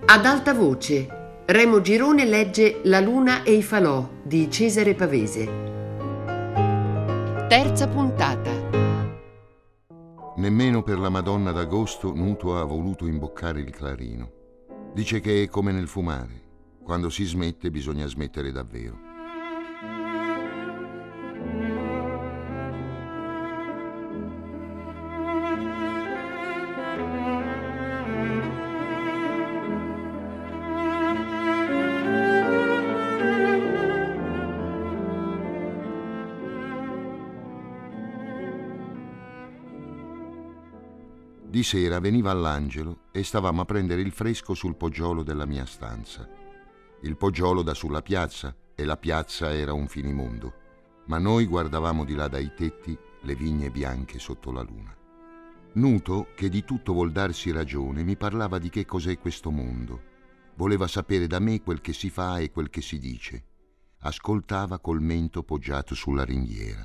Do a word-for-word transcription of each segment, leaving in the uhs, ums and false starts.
Ad alta voce, Remo Girone legge La luna e i falò di Cesare Pavese. Terza puntata. Nemmeno per la Madonna d'Agosto Nuto ha voluto imboccare il clarino. Dice che è come nel fumare. Quando si smette bisogna smettere davvero. Di sera veniva all'Angelo e stavamo a prendere il fresco sul poggiolo della mia stanza. Il poggiolo dà sulla piazza e la piazza era un finimondo, ma noi guardavamo di là dai tetti le vigne bianche sotto la luna. Nuto, che di tutto vuol darsi ragione, mi parlava di che cos'è questo mondo. Voleva sapere da me quel che si fa e quel che si dice. Ascoltava col mento poggiato sulla ringhiera.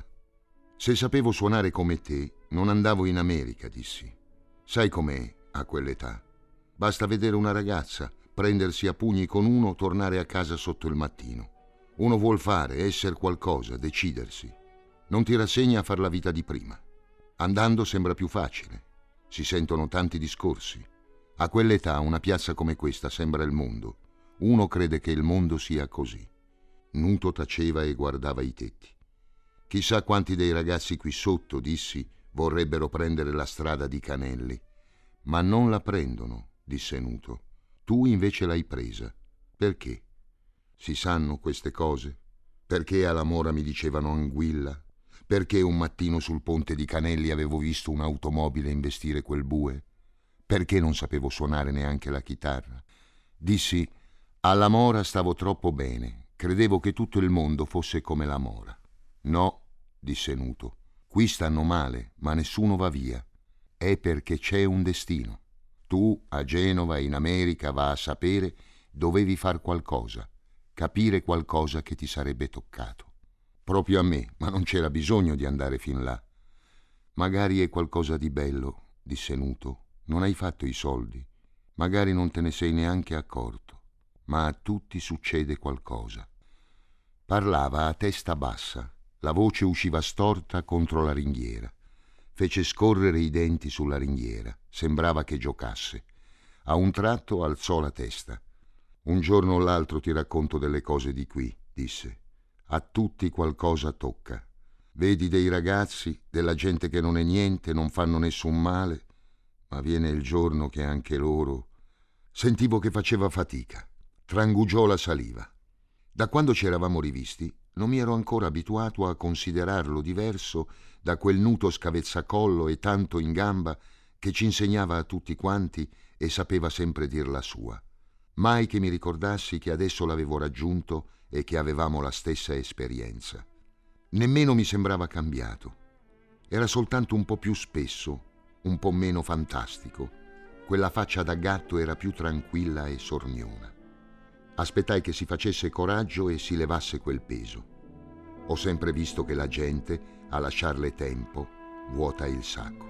Se sapevo suonare come te, non andavo in America, dissi. Sai com'è a quell'età? Basta vedere una ragazza, prendersi a pugni con uno, tornare a casa sotto il mattino. Uno vuol fare, essere qualcosa, decidersi. Non ti rassegna a far la vita di prima. Andando sembra più facile. Si sentono tanti discorsi. A quell'età una piazza come questa sembra il mondo. Uno crede che il mondo sia così. Nuto taceva e guardava i tetti. Chissà quanti dei ragazzi qui sotto, dissi, vorrebbero prendere la strada di Canelli. Ma non la prendono, disse Nuto. Tu invece l'hai presa. Perché? Si sanno queste cose? Perché alla Mora mi dicevano Anguilla? Perché un mattino sul ponte di Canelli avevo visto un'automobile investire quel bue? Perché non sapevo suonare neanche la chitarra? Dissi, alla Mora stavo troppo bene. Credevo che tutto il mondo fosse come la Mora. No, disse Nuto. Qui stanno male, ma nessuno va via. È perché c'è un destino. Tu, a Genova, in America, va a sapere, dovevi far qualcosa, capire qualcosa che ti sarebbe toccato. Proprio a me, ma non c'era bisogno di andare fin là. Magari è qualcosa di bello, disse Nuto. Non hai fatto i soldi. Magari non te ne sei neanche accorto. Ma a tutti succede qualcosa. Parlava a testa bassa. La voce usciva storta contro la ringhiera. Fece scorrere i denti sulla ringhiera. Sembrava che giocasse. A un tratto alzò la testa. Un giorno o l'altro ti racconto delle cose di qui, disse. A tutti qualcosa tocca. Vedi dei ragazzi, della gente che non è niente, non fanno nessun male, ma viene il giorno che anche loro... Sentivo che faceva fatica. Trangugiò la saliva. Da quando ci eravamo rivisti, non mi ero ancora abituato a considerarlo diverso da quel Nuto scavezzacollo e tanto in gamba che ci insegnava a tutti quanti e sapeva sempre dir la sua. Mai che mi ricordassi che adesso l'avevo raggiunto e che avevamo la stessa esperienza. Nemmeno mi sembrava cambiato. Era soltanto un po' più spesso, un po' meno fantastico. Quella faccia da gatto era più tranquilla e sorniona. Aspettai che si facesse coraggio e si levasse quel peso. Ho sempre visto che la gente, a lasciarle tempo, vuota il sacco.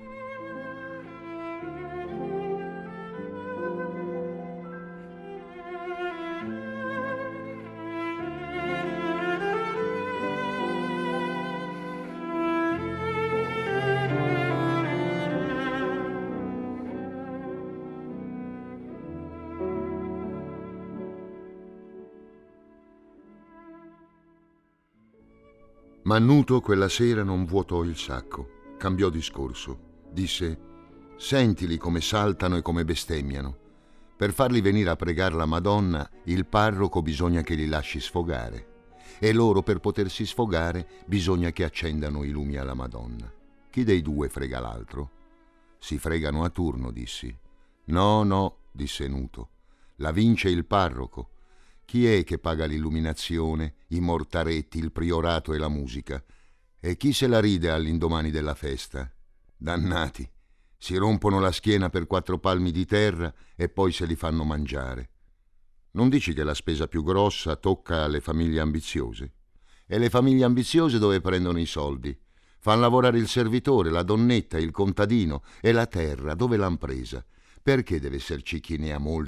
Ma Nuto quella sera non vuotò il sacco, cambiò discorso. Disse, sentili come saltano e come bestemmiano. Per farli venire a pregare la Madonna, il parroco bisogna che li lasci sfogare. E loro, per potersi sfogare, bisogna che accendano i lumi alla Madonna. Chi dei due frega l'altro? Si fregano a turno, dissi. No, no, disse Nuto. La vince il parroco. Chi è che paga l'illuminazione, i mortaretti, il priorato e la musica? E chi se la ride all'indomani della festa? Dannati, si rompono la schiena per quattro palmi di terra e poi se li fanno mangiare. Non dici che la spesa più grossa tocca alle famiglie ambiziose? E le famiglie ambiziose dove prendono i soldi? Fan lavorare il servitore, la donnetta, il contadino, e la terra dove l'han presa? Perché deve esserci chi ne ha molta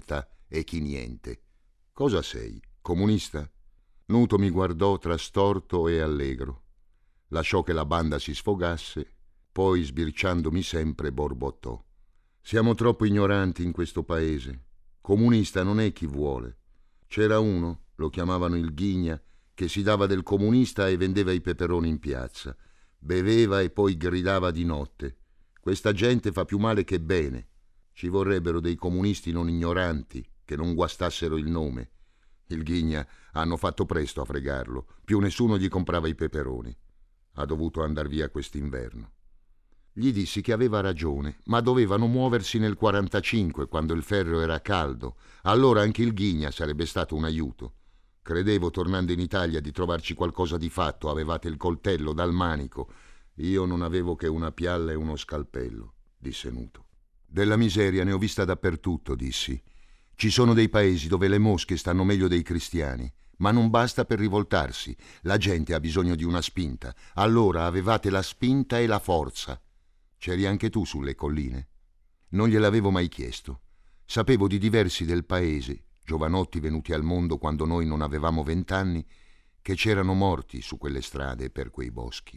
e chi niente. Cosa sei, comunista? Nuto mi guardò tra storto e allegro. Lasciò che la banda si sfogasse, poi, sbirciandomi sempre, borbottò. Siamo troppo ignoranti in questo paese. Comunista non è chi vuole. C'era uno, lo chiamavano il Ghigna, che si dava del comunista e vendeva i peperoni in piazza. Beveva e poi gridava di notte. Questa gente fa più male che bene. Ci vorrebbero dei comunisti non ignoranti, che non guastassero il nome. Il Ghigna hanno fatto presto a fregarlo. Più nessuno gli comprava i peperoni. Ha dovuto andar via quest'inverno. Gli dissi che aveva ragione, ma dovevano muoversi nel quarantacinque, quando il ferro era caldo. Allora anche il Ghigna sarebbe stato un aiuto. Credevo, tornando in Italia, di trovarci qualcosa di fatto. Avevate il coltello dal manico. Io non avevo che una pialla e uno scalpello, disse Nuto. Della miseria ne ho vista dappertutto, dissi. Ci sono dei paesi dove le mosche stanno meglio dei cristiani, ma non basta per rivoltarsi. La gente ha bisogno di una spinta. Allora avevate la spinta e la forza. C'eri anche tu sulle colline? Non gliel'avevo mai chiesto. Sapevo di diversi del paese, giovanotti venuti al mondo quando noi non avevamo vent'anni, che c'erano morti su quelle strade e per quei boschi.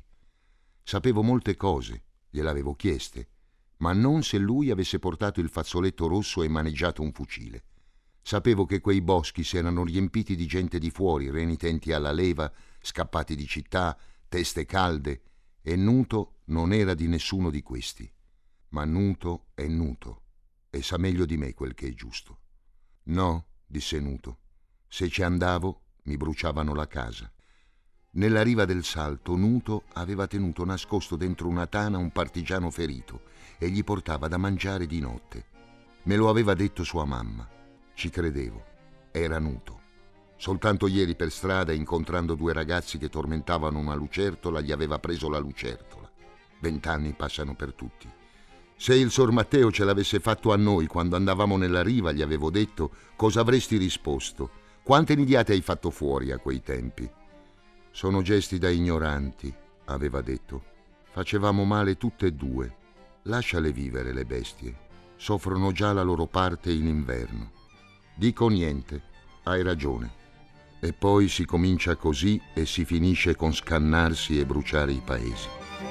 Sapevo molte cose, gliel'avevo chieste, ma non se lui avesse portato il fazzoletto rosso e maneggiato un fucile. Sapevo che quei boschi si erano riempiti di gente di fuori, renitenti alla leva, scappati di città, teste calde, e Nuto non era di nessuno di questi. Ma Nuto è Nuto e sa meglio di me quel che è giusto. No, disse Nuto, se ci andavo mi bruciavano la casa. Nella riva del Salto Nuto aveva tenuto nascosto dentro una tana un partigiano ferito e gli portava da mangiare di notte. Me lo aveva detto sua mamma. Ci credevo. Era Nuto. Soltanto ieri per strada, incontrando due ragazzi che tormentavano una lucertola, gli aveva preso la lucertola. Vent'anni passano per tutti. Se il Sor Matteo ce l'avesse fatto a noi quando andavamo nella riva, gli avevo detto, cosa avresti risposto? Quante nidiate hai fatto fuori a quei tempi? Sono gesti da ignoranti, aveva detto. Facevamo male tutte e due. Lasciale vivere le bestie. Soffrono già la loro parte in inverno. Dico niente, hai ragione. E poi si comincia così e si finisce con scannarsi e bruciare i paesi.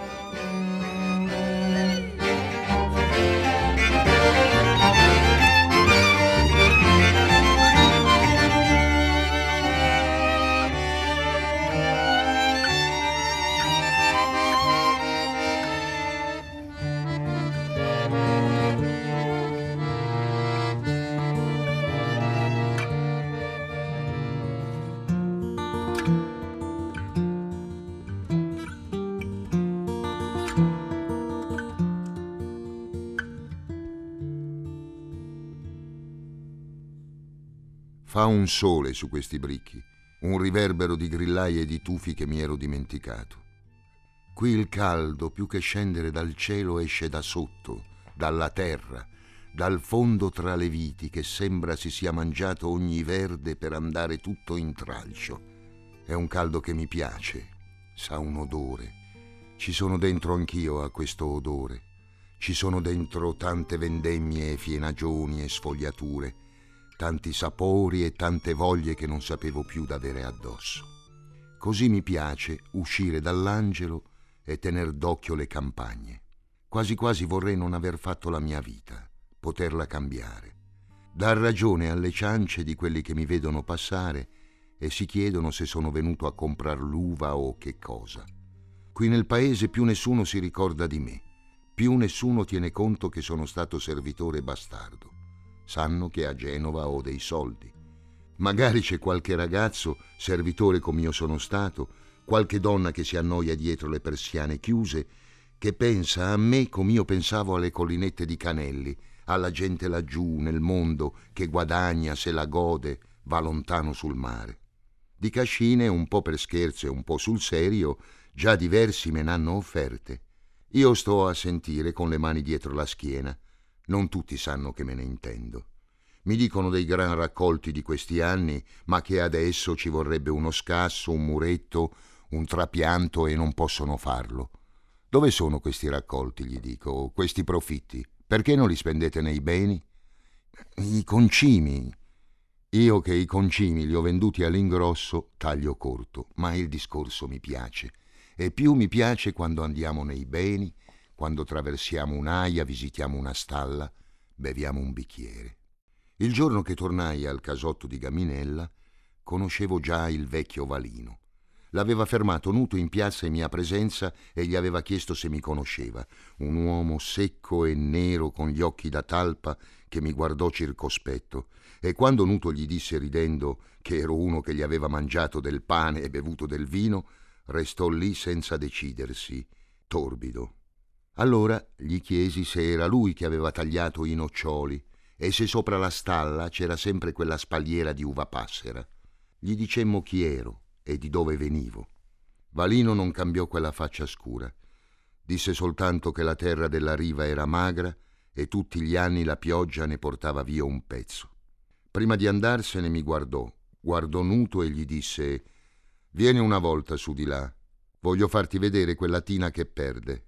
Fa un sole su questi bricchi, un riverbero di grillaie e di tufi che mi ero dimenticato. Qui il caldo, più che scendere dal cielo, esce da sotto, dalla terra, dal fondo tra le viti, che sembra si sia mangiato ogni verde per andare tutto in tralcio. È un caldo che mi piace, sa un odore. Ci sono dentro anch'io a questo odore. Ci sono dentro tante vendemmie e fienagioni e sfogliature, tanti sapori e tante voglie che non sapevo più d'avere addosso. Così mi piace uscire dall'Angelo e tener d'occhio le campagne. Quasi quasi vorrei non aver fatto la mia vita, poterla cambiare. Dar ragione alle ciance di quelli che mi vedono passare e si chiedono se sono venuto a comprar l'uva o che cosa. Qui nel paese più nessuno si ricorda di me, più nessuno tiene conto che sono stato servitore bastardo. Sanno che a Genova ho dei soldi. Magari c'è qualche ragazzo, servitore come io sono stato, qualche donna che si annoia dietro le persiane chiuse, che pensa a me come io pensavo alle collinette di Canelli, alla gente laggiù nel mondo che guadagna, se la gode, va lontano sul mare. Di cascine, un po' per scherzo e un po' sul serio, già diversi me n'hanno offerte. Io sto a sentire con le mani dietro la schiena. Non tutti sanno che me ne intendo. Mi dicono dei gran raccolti di questi anni, ma che adesso ci vorrebbe uno scasso, un muretto, un trapianto e non possono farlo. Dove sono questi raccolti, gli dico, questi profitti? Perché non li spendete nei beni? I concimi. Io che i concimi li ho venduti all'ingrosso taglio corto, ma il discorso mi piace. E più mi piace quando andiamo nei beni, quando traversiamo un'aia, visitiamo una stalla, beviamo un bicchiere. Il giorno che tornai al casotto di Gaminella, conoscevo già il vecchio Valino. L'aveva fermato nudo in piazza in mia presenza e gli aveva chiesto se mi conosceva. Un uomo secco e nero con gli occhi da talpa che mi guardò circospetto, e quando Nuto gli disse ridendo che ero uno che gli aveva mangiato del pane e bevuto del vino, restò lì senza decidersi, torbido. Allora gli chiesi se era lui che aveva tagliato i noccioli e se sopra la stalla c'era sempre quella spalliera di uva passera. Gli dicemmo chi ero e di dove venivo. Valino non cambiò quella faccia scura. Disse soltanto che la terra della riva era magra e tutti gli anni la pioggia ne portava via un pezzo. Prima di andarsene mi guardò, guardò Nuto e gli disse: «Vieni una volta su di là, voglio farti vedere quella tina che perde».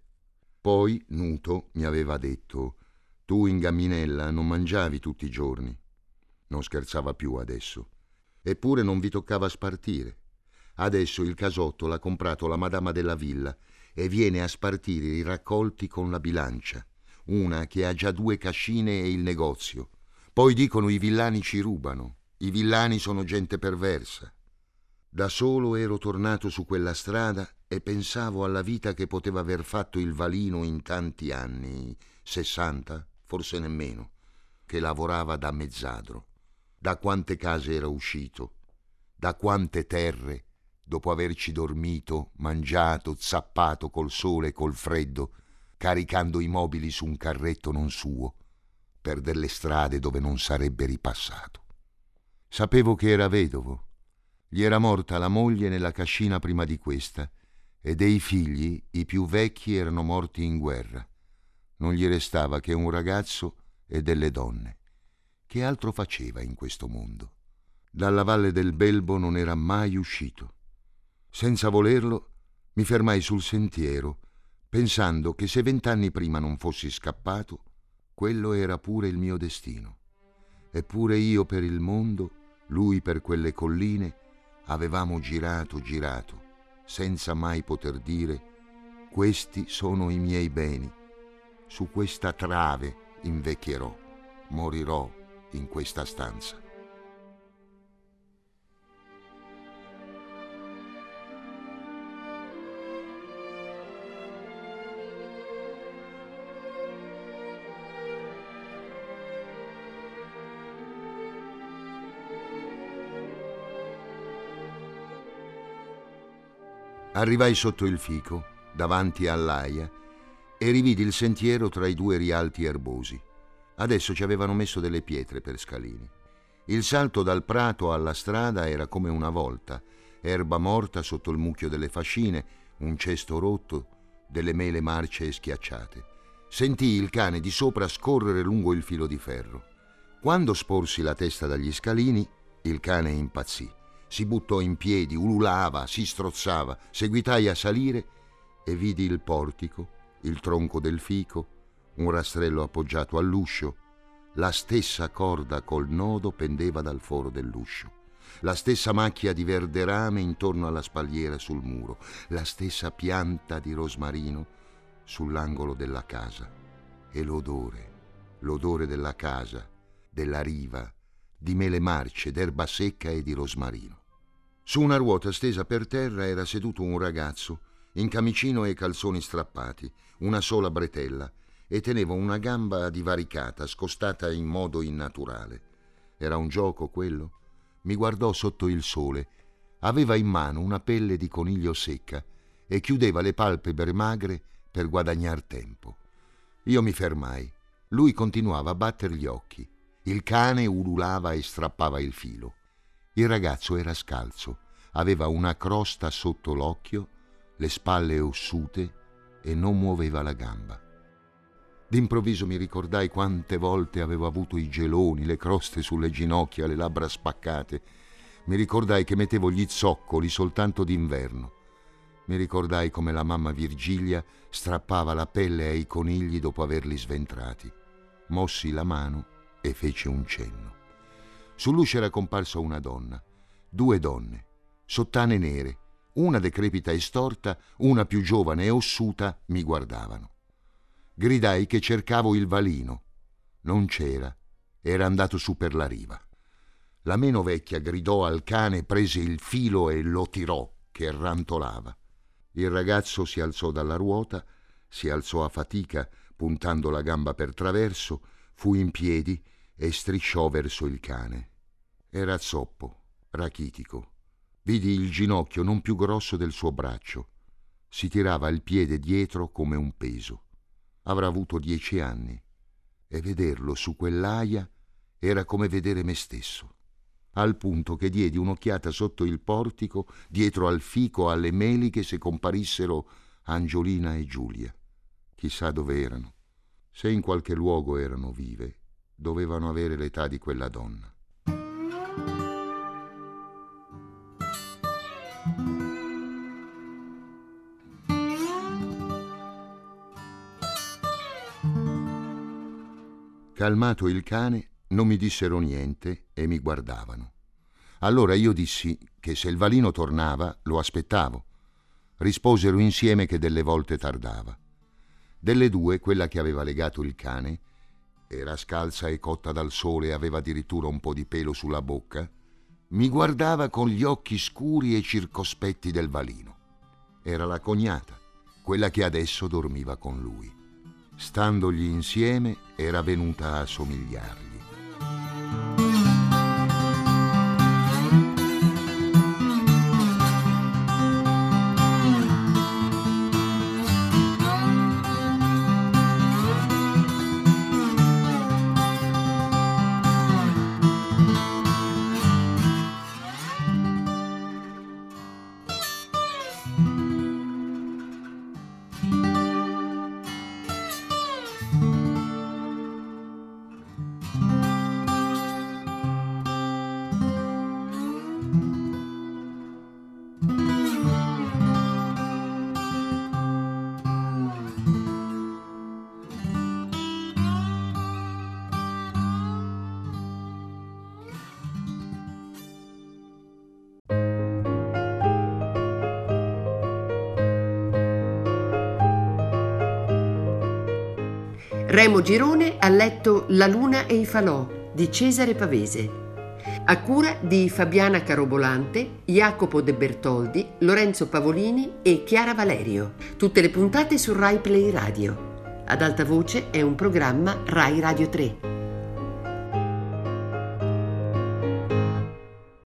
Poi Nuto mi aveva detto: «Tu in Gaminella non mangiavi tutti i giorni». Non scherzava più adesso. Eppure non vi toccava spartire. Adesso il casotto l'ha comprato la madama della villa e viene a spartire i raccolti con la bilancia, una che ha già due cascine e il negozio. Poi dicono i villani ci rubano, i villani sono gente perversa. Da solo ero tornato su quella strada e pensavo alla vita che poteva aver fatto il Valino in tanti anni, sessanta, forse nemmeno, che lavorava da mezzadro. Da quante case era uscito, da quante terre, dopo averci dormito, mangiato, zappato col sole e col freddo, caricando i mobili su un carretto non suo, per delle strade dove non sarebbe ripassato. Sapevo che era vedovo. Gli era morta la moglie nella cascina prima di questa, e dei figli, i più vecchi, erano morti in guerra. Non gli restava che un ragazzo e delle donne. Che altro faceva in questo mondo? Dalla valle del Belbo non era mai uscito. Senza volerlo, mi fermai sul sentiero, pensando che se vent'anni prima non fossi scappato, quello era pure il mio destino. Eppure io per il mondo, lui per quelle colline, avevamo girato, girato, senza mai poter dire: questi sono i miei beni, su questa trave invecchierò, morirò in questa stanza. Arrivai sotto il fico, davanti all'aia, e rividi il sentiero tra i due rialti erbosi. Adesso ci avevano messo delle pietre per scalini. Il salto dal prato alla strada era come una volta, erba morta sotto il mucchio delle fascine, un cesto rotto, delle mele marce e schiacciate. Sentii il cane di sopra scorrere lungo il filo di ferro. Quando sporsi la testa dagli scalini, il cane impazzì. Si buttò in piedi, ululava, si strozzava. Seguitai a salire e vidi il portico, il tronco del fico, un rastrello appoggiato all'uscio. La stessa corda col nodo pendeva dal foro dell'uscio. La stessa macchia di verde rame intorno alla spalliera sul muro. La stessa pianta di rosmarino sull'angolo della casa. E l'odore, l'odore della casa, della riva, di mele marce, d'erba secca e di rosmarino. Su una ruota stesa per terra era seduto un ragazzo, in camicino e calzoni strappati, una sola bretella, e teneva una gamba divaricata, scostata in modo innaturale. Era un gioco quello? Mi guardò sotto il sole. Aveva in mano una pelle di coniglio secca e chiudeva le palpebre magre per guadagnar tempo. Io mi fermai. Lui continuava a batter gli occhi. Il cane ululava e strappava il filo. Il ragazzo era scalzo, aveva una crosta sotto l'occhio, le spalle ossute e non muoveva la gamba. D'improvviso mi ricordai quante volte avevo avuto i geloni, le croste sulle ginocchia, le labbra spaccate. Mi ricordai che mettevo gli zoccoli soltanto d'inverno. Mi ricordai come la mamma Virgilia strappava la pelle ai conigli dopo averli sventrati. Mossi la mano e feci un cenno. Sull'uscio era comparsa una donna, due donne, sottane nere, una decrepita e storta, una più giovane e ossuta, mi guardavano. Gridai che cercavo il valino. Non c'era, era andato su per la riva. La meno vecchia gridò al cane, prese il filo e lo tirò, che rantolava. Il ragazzo si alzò dalla ruota, si alzò a fatica, puntando la gamba per traverso, fu in piedi e strisciò verso il cane. Era zoppo, rachitico. Vidi il ginocchio non più grosso del suo braccio. Si tirava il piede dietro come un peso. Avrà avuto dieci anni e vederlo su quell'aia era come vedere me stesso, al punto che diedi un'occhiata sotto il portico, dietro al fico, alle meliche, se comparissero Angiolina e Giulia. Chissà dove erano. Se in qualche luogo erano vive, dovevano avere l'età di quella donna. Calmato il cane, non mi dissero niente e mi guardavano. Allora io dissi che se il valino tornava lo aspettavo. Risposero insieme che delle volte tardava. Delle due, quella che aveva legato il cane, era scalza e cotta dal sole e aveva addirittura un po' di pelo sulla bocca, mi guardava con gli occhi scuri e circospetti del valino. Era la cognata, quella che adesso dormiva con lui. Standogli insieme era venuta a somigliargli. Remo Girone ha letto La luna e i falò di Cesare Pavese, a cura di Fabiana Carobolante, Jacopo De Bertoldi, Lorenzo Pavolini e Chiara Valerio. Tutte le puntate su Rai Play Radio. Ad alta voce è un programma Rai Radio tre.